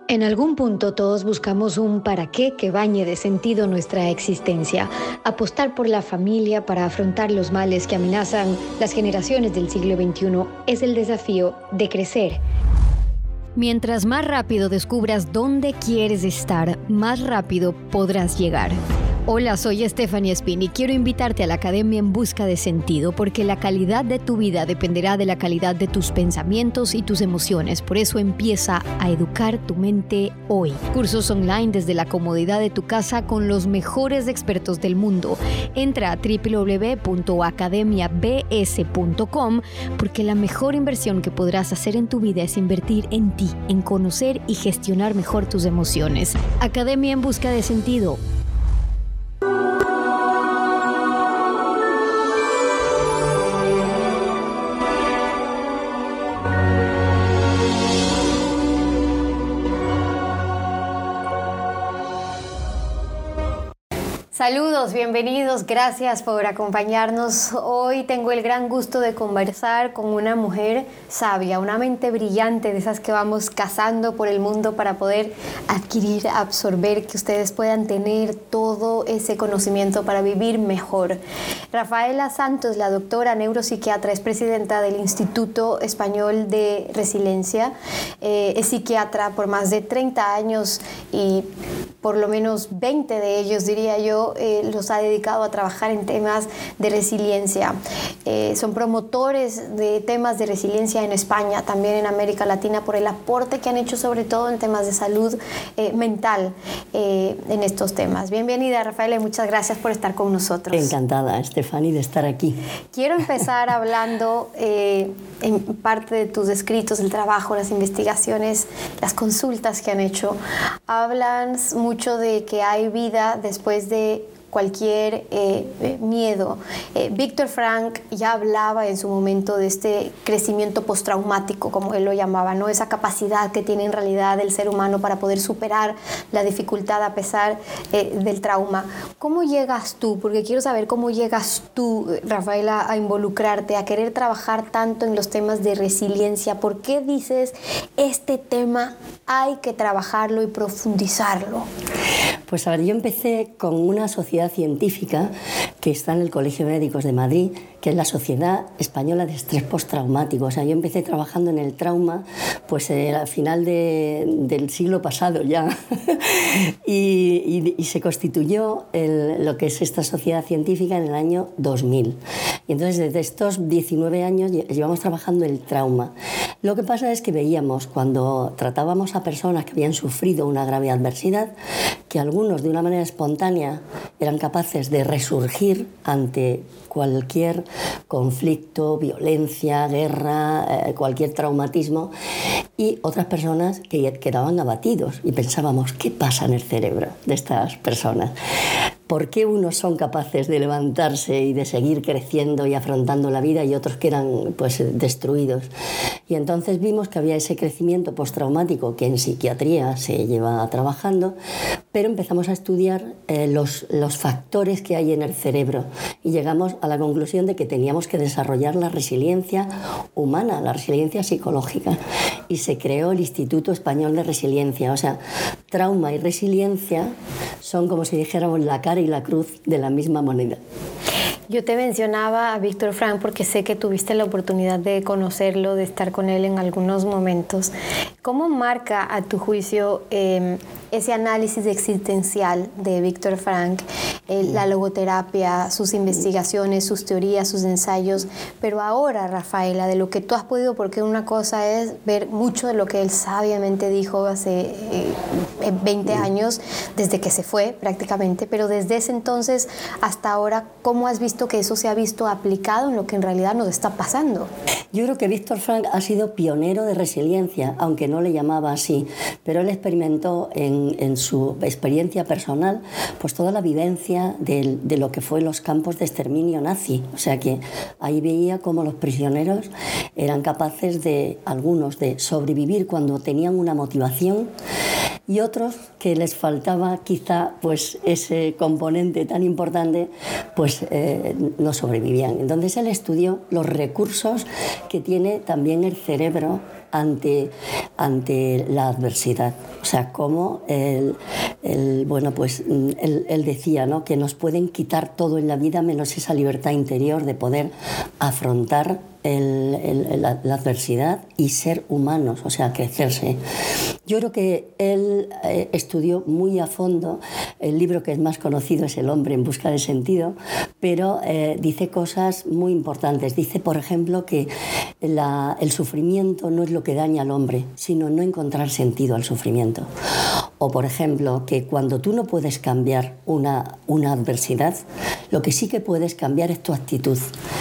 En algún punto todos buscamos un para qué que bañe de sentido nuestra existencia. Apostar por la familia para afrontar los males que amenazan las generaciones del siglo XXI es el desafío de crecer. Mientras más rápido descubras dónde quieres estar, más rápido podrás llegar. Hola, soy Stephanie Spin y quiero invitarte a la Academia En Busca de Sentido porque la calidad de tu vida dependerá de la calidad de tus pensamientos y tus emociones. Por eso empieza a educar tu mente hoy. Cursos online desde la comodidad de tu casa con los mejores expertos del mundo. Entra a www.academiabs.com porque la mejor inversión que podrás hacer en tu vida es invertir en ti, en conocer y gestionar mejor tus emociones. Academia En Busca de Sentido. Saludos, bienvenidos, gracias por acompañarnos. Hoy tengo el gran gusto de conversar con una mujer sabia, una mente brillante de esas que vamos cazando por el mundo para poder adquirir, absorber, que ustedes puedan tener todo ese conocimiento para vivir mejor. Rafaela Santos, la doctora neuropsiquiatra, es presidenta del Instituto Español de Resiliencia, es psiquiatra por más de 30 años y por lo menos 20 de ellos, diría yo, los ha dedicado a trabajar en temas de resiliencia. Son promotores de temas de resiliencia en España, también en América Latina, por el aporte que han hecho sobre todo en temas de salud mental en estos temas. Bienvenida, Rafaela, y muchas gracias por estar con nosotros. Encantada, Stephanie, de estar aquí. Quiero empezar hablando en parte de tus escritos, el trabajo, las investigaciones, las consultas que han hecho. Hablan mucho de que hay vida después de cualquier miedo. Viktor Frankl ya hablaba en su momento de este crecimiento postraumático, como él lo llamaba, ¿no? Esa capacidad que tiene en realidad el ser humano para poder superar la dificultad a pesar del trauma. ¿Cómo llegas tú? Porque quiero saber cómo llegas tú, Rafaela, a involucrarte, a querer trabajar tanto en los temas de resiliencia. ¿Por qué dices este tema hay que trabajarlo y profundizarlo? Pues a ver, yo empecé con una sociedad científica que está en el Colegio de Médicos de Madrid, que es la Sociedad Española de Estrés Postraumático. O sea, yo empecé trabajando en el trauma pues al final del siglo pasado ya y se constituyó lo que es esta sociedad científica en el año 2000. Y entonces desde estos 19 años llevamos trabajando el trauma. Lo que pasa es que veíamos cuando tratábamos a personas que habían sufrido una grave adversidad que algunos de una manera espontánea eran capaces de resurgir ante cualquier conflicto, violencia, guerra, cualquier traumatismo, y otras personas que quedaban abatidos y pensábamos, ¿qué pasa en el cerebro de estas personas? ¿Por qué unos son capaces de levantarse y de seguir creciendo y afrontando la vida y otros quedan pues destruidos? Y entonces vimos que había ese crecimiento postraumático que en psiquiatría se lleva trabajando, pero empezamos a estudiar los factores que hay en el cerebro y llegamos a la conclusión de que teníamos que desarrollar la resiliencia humana, la resiliencia psicológica, y se creó el Instituto Español de Resiliencia. O sea, trauma y resiliencia son como si dijéramos la cara y la cruz de la misma moneda. Yo te mencionaba a Viktor Frankl porque sé que tuviste la oportunidad de conocerlo, de estar con él en algunos momentos. ¿Cómo marca a tu juicio ese análisis existencial de Viktor Frankl, la logoterapia, sus investigaciones, sus teorías, sus ensayos? Pero ahora, Rafaela, de lo que tú has podido, porque una cosa es ver mucho de lo que él sabiamente dijo hace 20 años, desde que se fue prácticamente, pero desde ese entonces hasta ahora, ¿cómo has visto que eso se ha visto aplicado en lo que en realidad nos está pasando? Yo creo que Viktor Frankl ha sido pionero de resiliencia, aunque no le llamaba así, pero él experimentó en su experiencia personal pues toda la vivencia de lo que fue los campos de exterminio nazi. O sea que ahí veía cómo los prisioneros eran capaces algunos de sobrevivir cuando tenían una motivación y otros que les faltaba quizá pues ese componente tan importante, pues no sobrevivían. Entonces él estudió los recursos que tiene también el cerebro ante la adversidad. O sea, cómo él decía, ¿no?, que nos pueden quitar todo en la vida menos esa libertad interior de poder afrontar la adversidad y ser humanos, o sea, crecerse. Yo creo que él estudió muy a fondo. El libro que es más conocido es El hombre en busca de sentido, pero dice cosas muy importantes. Dice, por ejemplo, que el sufrimiento no es lo que daña al hombre, sino no encontrar sentido al sufrimiento. O, por ejemplo, que cuando tú no puedes cambiar una adversidad, lo que sí que puedes cambiar es tu actitud.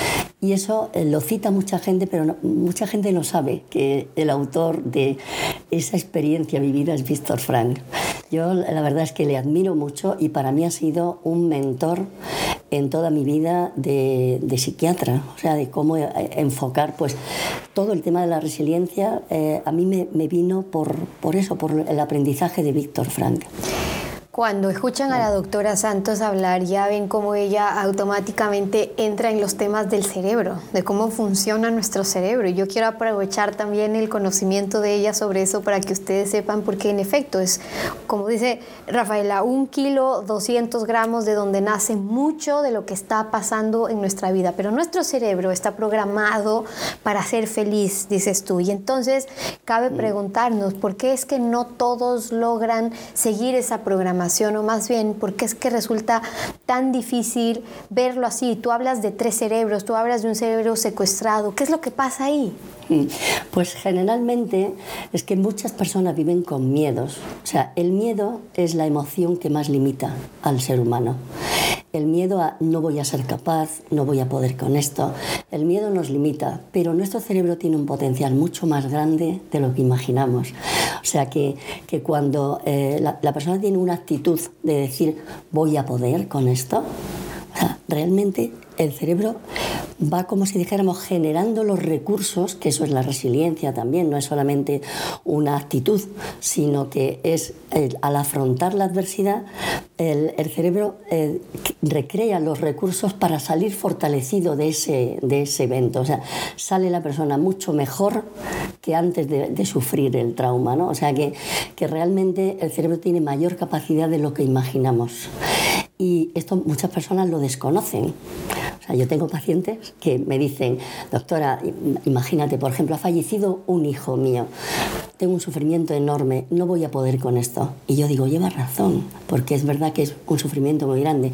Y eso lo cita mucha gente, pero mucha gente no sabe que el autor de esa experiencia vivida es Viktor Frankl. Yo la verdad es que le admiro mucho y para mí ha sido un mentor en toda mi vida de psiquiatra, o sea, de cómo enfocar pues todo el tema de la resiliencia. A mí me vino por eso, por el aprendizaje de Viktor Frankl. Cuando escuchan a la doctora Santos hablar, ya ven cómo ella automáticamente entra en los temas del cerebro, de cómo funciona nuestro cerebro. Y yo quiero aprovechar también el conocimiento de ella sobre eso para que ustedes sepan, porque en efecto es, como dice Rafaela, 1 kilo, 200 gramos de donde nace mucho de lo que está pasando en nuestra vida. Pero nuestro cerebro está programado para ser feliz, dices tú. Y entonces cabe preguntarnos, ¿por qué es que no todos logran seguir esa programación? O más bien, ¿por qué es que resulta tan difícil verlo así? Tú hablas de 3 cerebros, tú hablas de un cerebro secuestrado. ¿Qué es lo que pasa ahí? Pues generalmente es que muchas personas viven con miedos. O sea, el miedo es la emoción que más limita al ser humano. El miedo a no voy a ser capaz, no voy a poder con esto. El miedo nos limita, pero nuestro cerebro tiene un potencial mucho más grande de lo que imaginamos. O sea que cuando la persona tiene una actitud de decir voy a poder con esto, o sea, realmente el cerebro va, como si dijéramos, generando los recursos, que eso es la resiliencia también, no es solamente una actitud, sino que es al afrontar la adversidad, el cerebro recrea los recursos para salir fortalecido de ese evento. O sea, sale la persona mucho mejor que antes de sufrir el trauma, ¿no? O sea, que realmente el cerebro tiene mayor capacidad de lo que imaginamos. Y esto muchas personas lo desconocen. O sea, yo tengo pacientes que me dicen, doctora, imagínate, por ejemplo, ha fallecido un hijo mío, tengo un sufrimiento enorme, no voy a poder con esto. Y yo digo, lleva razón, porque es verdad que es un sufrimiento muy grande,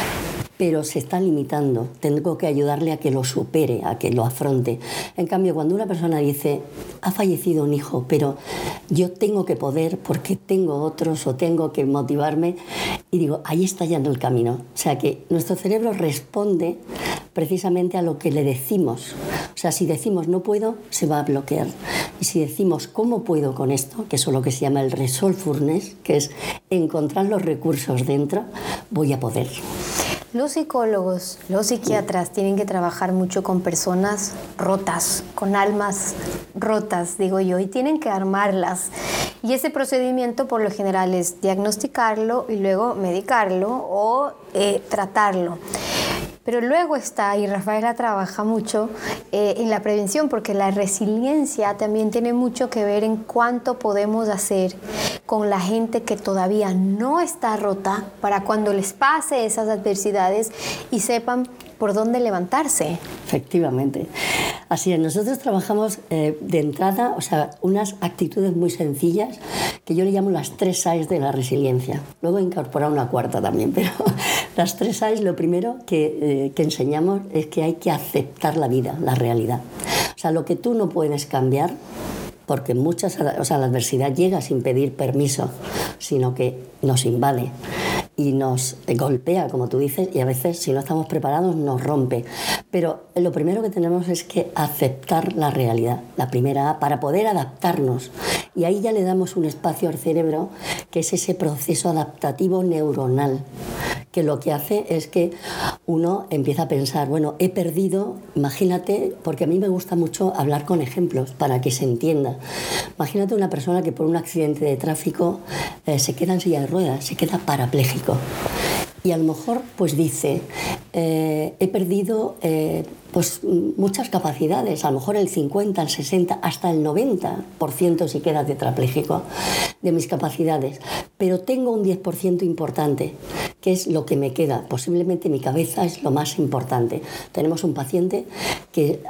pero se está limitando, tengo que ayudarle a que lo supere, a que lo afronte. En cambio, cuando una persona dice, ha fallecido un hijo, pero yo tengo que poder porque tengo otros o tengo que motivarme, y digo, ahí está ya en el camino. O sea que nuestro cerebro responde precisamente a lo que le decimos. O sea, si decimos no puedo, se va a bloquear. Y si decimos cómo puedo con esto, que es lo que se llama el resolvefulness, que es encontrar los recursos dentro, voy a poder. Los psicólogos, los psiquiatras tienen que trabajar mucho con personas rotas, con almas rotas, digo yo, y tienen que armarlas. Y ese procedimiento por lo general es diagnosticarlo y luego medicarlo o tratarlo. Pero luego está, y Rafaela trabaja mucho en la prevención, porque la resiliencia también tiene mucho que ver en cuánto podemos hacer con la gente que todavía no está rota para cuando les pase esas adversidades y sepan por dónde levantarse. Efectivamente. Así es, nosotros trabajamos de entrada, o sea, unas actitudes muy sencillas que yo le llamo las 3 A's de la resiliencia. Luego he incorporado una 4ª también, pero las 3 A's, lo primero que enseñamos es que hay que aceptar la vida, la realidad. O sea, lo que tú no puedes cambiar, porque la adversidad llega sin pedir permiso, sino que nos invade y nos golpea, como tú dices, y a veces, si no estamos preparados, nos rompe. Pero lo primero que tenemos es que aceptar la realidad, la primera A, para poder adaptarnos. Y ahí ya le damos un espacio al cerebro, que es ese proceso adaptativo neuronal, que lo que hace es que uno empieza a pensar, bueno, he perdido, imagínate, porque a mí me gusta mucho hablar con ejemplos para que se entienda. Imagínate una persona que por un accidente de tráfico se queda en silla de ruedas, se queda parapléjico. Y a lo mejor pues dice, he perdido pues muchas capacidades, a lo mejor el 50, el 60, hasta el 90% si queda tetrapléjico de mis capacidades, pero tengo un 10% importante, que es lo que me queda. Posiblemente mi cabeza es lo más importante. Tenemos un paciente que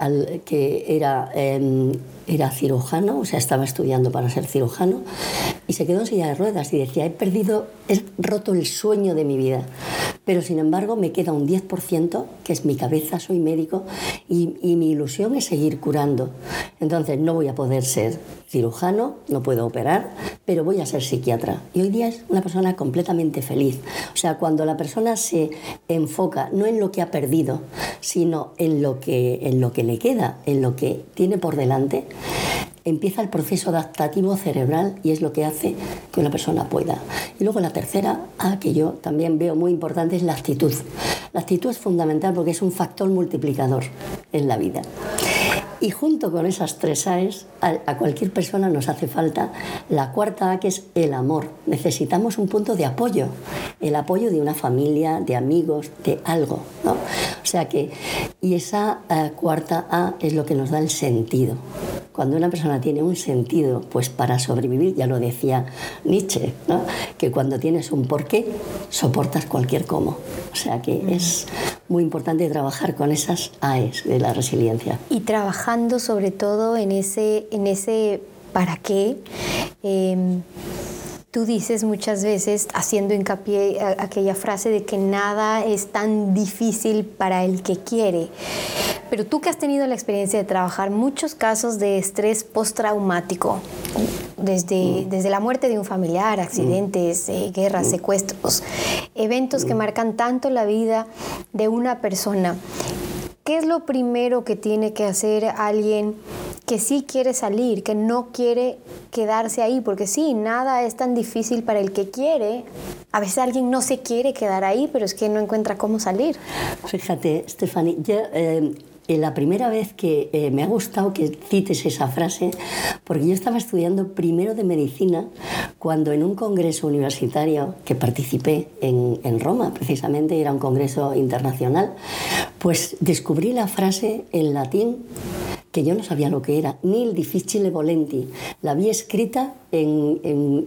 era cirujano, o sea, estaba estudiando para ser cirujano, y se quedó en silla de ruedas y decía, he roto el sueño de mi vida, pero sin embargo me queda un 10%, que es mi cabeza, soy médico, y mi ilusión es seguir curando. Entonces no voy a poder ser cirujano, no puedo operar, pero voy a ser psiquiatra. Y hoy día es una persona completamente feliz. O sea, cuando la persona se enfoca no en lo que ha perdido, sino en lo que le queda, en lo que tiene por delante, empieza el proceso adaptativo cerebral y es lo que hace que una persona pueda. Y luego la tercera A, que yo también veo muy importante, es la actitud. La actitud es fundamental porque es un factor multiplicador en la vida. Y junto con esas tres A's, a cualquier persona nos hace falta la cuarta A, que es el amor. Necesitamos un punto de apoyo, el apoyo de una familia, de amigos, de algo, ¿no? O sea que, y esa cuarta A es lo que nos da el sentido. Cuando una persona tiene un sentido, pues para sobrevivir, ya lo decía Nietzsche, ¿no? Que cuando tienes un porqué, soportas cualquier cómo. O sea que es muy importante trabajar con esas A's de la resiliencia. Y trabajando sobre todo en ese para qué. Tú dices muchas veces, haciendo hincapié a aquella frase de que nada es tan difícil para el que quiere. Pero tú que has tenido la experiencia de trabajar muchos casos de estrés postraumático, desde la muerte de un familiar, accidentes, guerras, secuestros, eventos que marcan tanto la vida de una persona, ¿qué es lo primero que tiene que hacer alguien que sí quiere salir, que no quiere quedarse ahí? Porque sí, nada es tan difícil para el que quiere. A veces alguien no se quiere quedar ahí, pero es que no encuentra cómo salir. Fíjate, Stephanie, la primera vez que me ha gustado que cites esa frase, porque yo estaba estudiando primero de medicina cuando en un congreso universitario que participé en Roma, precisamente, era un congreso internacional, pues descubrí la frase en latín que yo no sabía lo que era, nil difficile volenti. La vi escrita en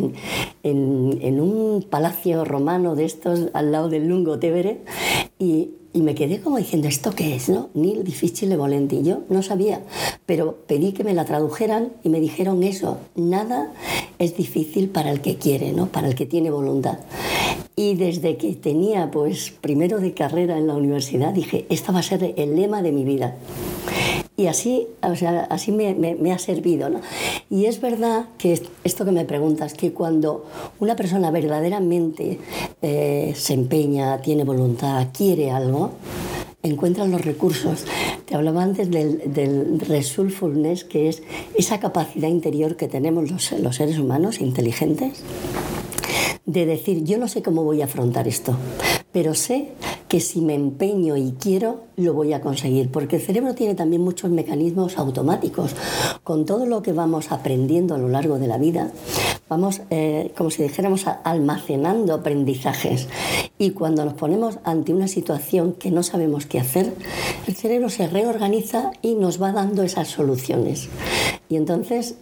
un palacio romano de estos al lado del Lungo Tevere y me quedé como diciendo, ¿esto qué es, no? Nil difficile volenti. Yo no sabía, pero pedí que me la tradujeran y me dijeron eso, nada es difícil para el que quiere, ¿no? Para el que tiene voluntad. Y desde que tenía pues primero de carrera en la universidad dije, esta va a ser el lema de mi vida. Y así, o sea, así me ha servido, ¿no? Y es verdad que esto que me preguntas, que cuando una persona verdaderamente se empeña, tiene voluntad, quiere algo, encuentra los recursos. Te hablaba antes del resourcefulness, que es esa capacidad interior que tenemos los seres humanos inteligentes, de decir, yo no sé cómo voy a afrontar esto, pero sé que si me empeño y quiero, lo voy a conseguir, porque el cerebro tiene también muchos mecanismos automáticos. Con todo lo que vamos aprendiendo a lo largo de la vida, vamos, como si dijéramos, almacenando aprendizajes. Y cuando nos ponemos ante una situación que no sabemos qué hacer, el cerebro se reorganiza y nos va dando esas soluciones. Y entonces,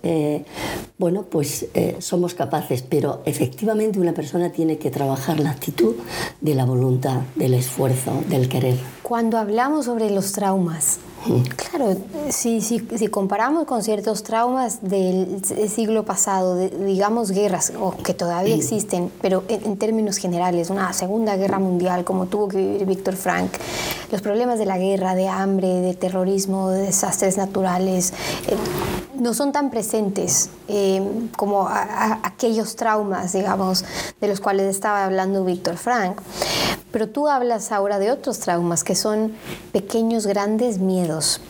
somos capaces, pero efectivamente una persona tiene que trabajar la actitud de la voluntad, del esfuerzo, del querer. Cuando hablamos sobre los traumas, claro, si comparamos con ciertos traumas del siglo pasado, digamos guerras, o que todavía existen, pero en términos generales, una Segunda Guerra Mundial como tuvo que vivir Víctor Frank, los problemas de la guerra, de hambre, de terrorismo, de desastres naturales, no son tan presentes como aquellos traumas, digamos, de los cuales estaba hablando Víctor Frank. Pero tú hablas ahora de otros traumas que son pequeños, grandes miedos,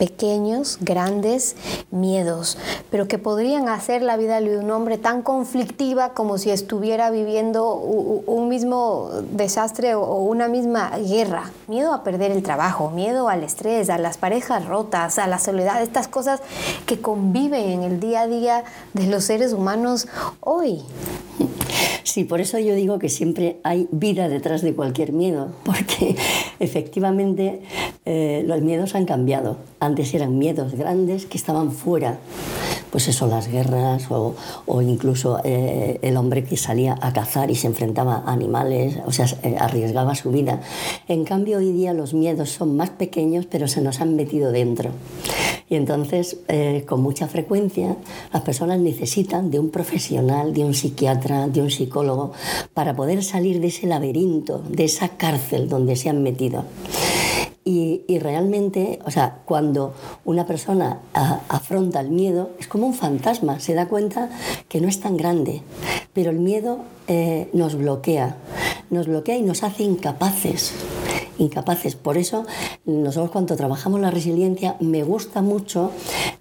pero que podrían hacer la vida de un hombre tan conflictiva como si estuviera viviendo un mismo desastre o una misma guerra. Miedo a perder el trabajo, miedo al estrés, a las parejas rotas, a la soledad, estas cosas que conviven en el día a día de los seres humanos hoy. Sí, por eso yo digo que siempre hay vida detrás de cualquier miedo, porque efectivamente los miedos han cambiado. Antes eran miedos grandes que estaban fuera, pues eso, las guerras o incluso el hombre que salía a cazar y se enfrentaba a animales, o sea, arriesgaba su vida. En cambio, hoy día los miedos son más pequeños, pero se nos han metido dentro. Y entonces, con mucha frecuencia, las personas necesitan de un profesional, de un psiquiatra, de un psicólogo, para poder salir de ese laberinto, de esa cárcel donde se han metido. Y realmente, o sea, cuando una persona afronta el miedo, es como un fantasma, se da cuenta que no es tan grande, pero el miedo nos bloquea y nos hace incapaces. Por eso, nosotros cuando trabajamos la resiliencia, me gusta mucho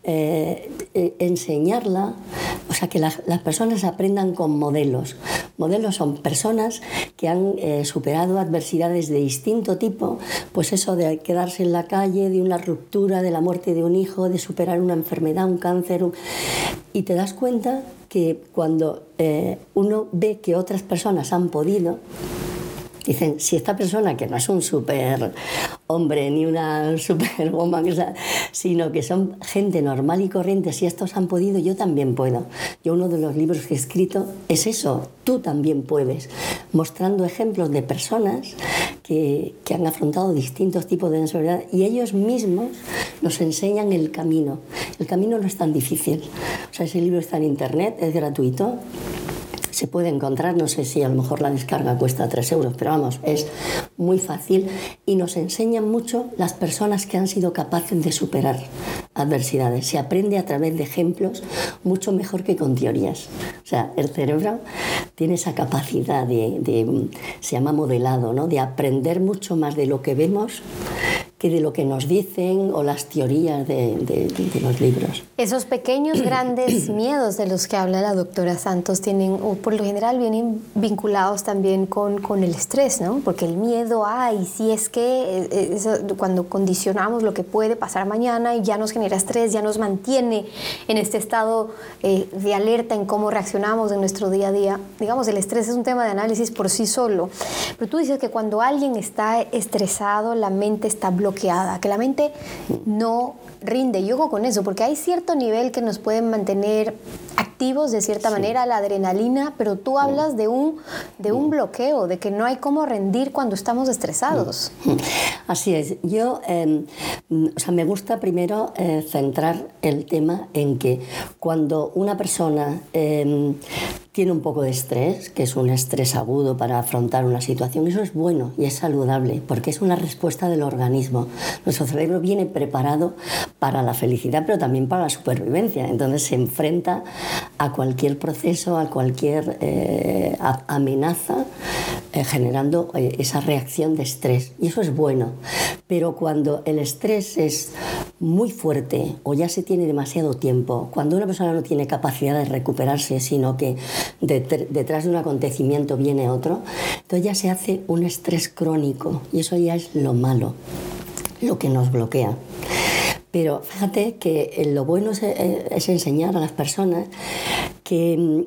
enseñarla, o sea, que las personas aprendan con modelos. Modelos son personas que han superado adversidades de distinto tipo, pues eso de quedarse en la calle, de una ruptura, de la muerte de un hijo, de superar una enfermedad, un cáncer, y te das cuenta que cuando uno ve que otras personas han podido, dicen, si esta persona, que no es un super hombre ni una superwoman, sino que son gente normal y corriente, si estos han podido, yo también puedo. Yo uno de los libros que he escrito es eso, tú también puedes, mostrando ejemplos de personas que han afrontado distintos tipos de enfermedad y ellos mismos nos enseñan el camino. El camino no es tan difícil. O sea, ese libro está en internet, es gratuito. Se puede encontrar, no sé si a lo mejor la descarga cuesta 3 euros, pero vamos, es muy fácil y nos enseñan mucho las personas que han sido capaces de superar adversidades. Se aprende a través de ejemplos mucho mejor que con teorías. O sea, el cerebro tiene esa capacidad se llama modelado, ¿no? De aprender mucho más de lo que vemos que de lo que nos dicen o las teorías de los libros. Esos pequeños, grandes miedos de los que habla la doctora Santos tienen, o por lo general vienen vinculados también con el estrés, ¿no? Porque el miedo, si es que cuando condicionamos lo que puede pasar mañana y ya nos genera estrés, ya nos mantiene en este estado de alerta en cómo reaccionamos en nuestro día a día. Digamos, el estrés es un tema de análisis por sí solo. Pero tú dices que cuando alguien está estresado, la mente está bloqueada, que la mente no rinde. Y ojo con eso, porque hay cierto nivel que nos pueden mantener activos de cierta manera, la adrenalina, pero tú hablas de un bloqueo, de que no hay cómo rendir cuando estamos estresados. Así es. Yo me gusta primero centrar el tema en que cuando una persona tiene un poco de estrés, que es un estrés agudo para afrontar una situación, eso es bueno y es saludable, porque es una respuesta del organismo. Nuestro cerebro viene preparado para la felicidad, pero también para la supervivencia. Entonces se enfrenta a cualquier proceso, a cualquier amenaza, generando esa reacción de estrés. Y eso es bueno. Pero cuando el estrés es muy fuerte o ya se tiene demasiado tiempo, cuando una persona no tiene capacidad de recuperarse, sino que detrás de un acontecimiento viene otro, entonces ya se hace un estrés crónico y eso ya es lo malo, lo que nos bloquea. Pero fíjate que lo bueno es enseñar a las personas que,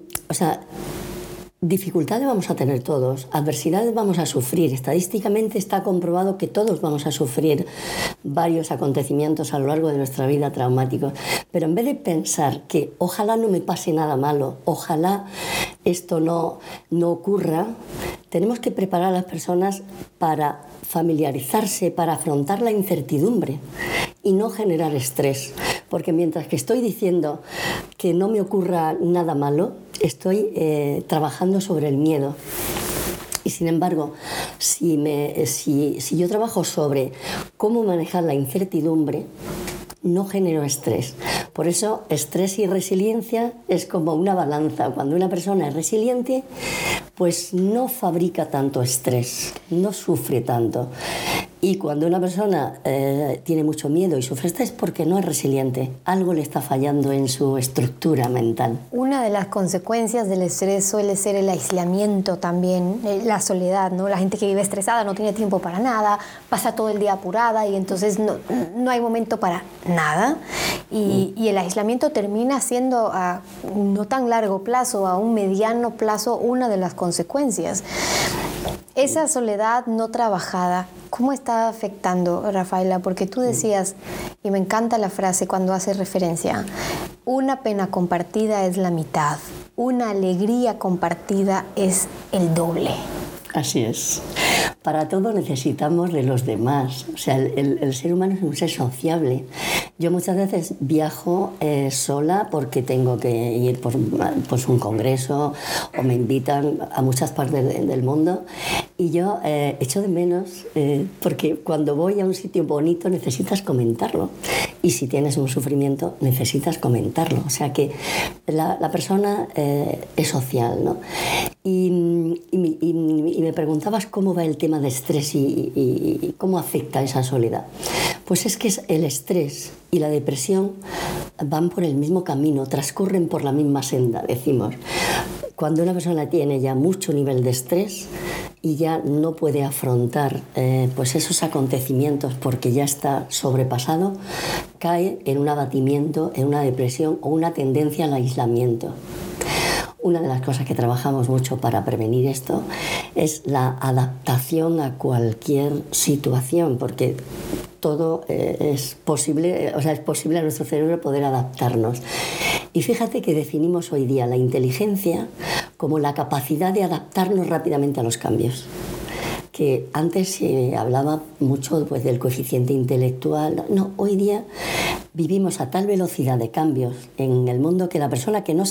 dificultades vamos a tener todos, adversidades vamos a sufrir. Estadísticamente está comprobado que todos vamos a sufrir varios acontecimientos a lo largo de nuestra vida traumáticos. Pero en vez de pensar que ojalá no me pase nada malo, ojalá esto no ocurra, tenemos que preparar a las personas para familiarizarse, para afrontar la incertidumbre y no generar estrés. Porque mientras que estoy diciendo que no me ocurra nada malo, estoy trabajando sobre el miedo. Y sin embargo, si yo trabajo sobre cómo manejar la incertidumbre, no genero estrés. Por eso, estrés y resiliencia es como una balanza. Cuando una persona es resiliente, pues no fabrica tanto estrés, no sufre tanto. Y cuando una persona tiene mucho miedo y sufre estrés es porque no es resiliente, algo le está fallando en su estructura mental. Una de las consecuencias del estrés suele ser el aislamiento también, la soledad, ¿no? La gente que vive estresada no tiene tiempo para nada, pasa todo el día apurada y entonces no hay momento para nada. Y el aislamiento termina siendo a no tan largo plazo, a un mediano plazo, una de las consecuencias. Esa soledad no trabajada, ¿cómo está afectando, Rafaela? Porque tú decías, y me encanta la frase cuando hace referencia, una pena compartida es la mitad, una alegría compartida es el doble. Así es. Para todo necesitamos de los demás. O sea, el ser humano es un ser sociable. Yo muchas veces viajo sola porque tengo que ir por pues un congreso o me invitan a muchas partes del mundo y yo echo de menos porque cuando voy a un sitio bonito necesitas comentarlo y si tienes un sufrimiento necesitas comentarlo. O sea que la persona es social, ¿no? Y me preguntabas cómo va el tema de estrés y cómo afecta esa soledad. Pues es que el estrés y la depresión van por el mismo camino, transcurren por la misma senda, decimos. Cuando una persona tiene ya mucho nivel de estrés y ya no puede afrontar pues esos acontecimientos porque ya está sobrepasado, cae en un abatimiento, en una depresión o una tendencia al aislamiento. Una de las cosas que trabajamos mucho para prevenir esto es la adaptación a cualquier situación, porque todo es posible, o sea, es posible a nuestro cerebro poder adaptarnos. Y fíjate que definimos hoy día la inteligencia como la capacidad de adaptarnos rápidamente a los cambios. Que antes se hablaba mucho pues, del coeficiente intelectual. No, hoy día vivimos a tal velocidad de cambios en el mundo que la persona que no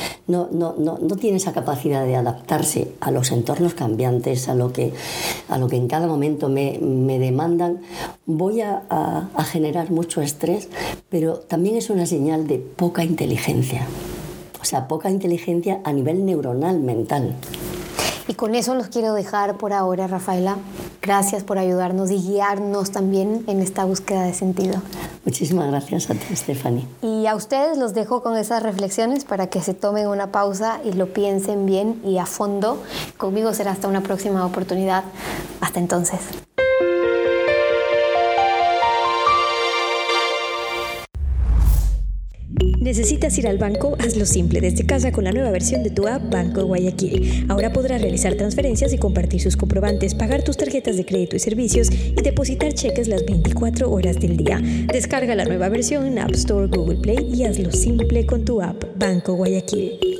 tiene esa capacidad de adaptarse a los entornos cambiantes, a lo que en cada momento me demandan, voy a generar mucho estrés, pero también es una señal de poca inteligencia. O sea, poca inteligencia a nivel neuronal, mental. Y con eso los quiero dejar por ahora, Rafaela. Gracias por ayudarnos y guiarnos también en esta búsqueda de sentido. Muchísimas gracias a ti, Stephanie. Y a ustedes los dejo con esas reflexiones para que se tomen una pausa y lo piensen bien y a fondo. Conmigo será hasta una próxima oportunidad. Hasta entonces. ¿Necesitas ir al banco? Hazlo simple desde casa con la nueva versión de tu app Banco Guayaquil. Ahora podrás realizar transferencias y compartir sus comprobantes, pagar tus tarjetas de crédito y servicios y depositar cheques las 24 horas del día. Descarga la nueva versión en App Store, Google Play y hazlo simple con tu app Banco Guayaquil.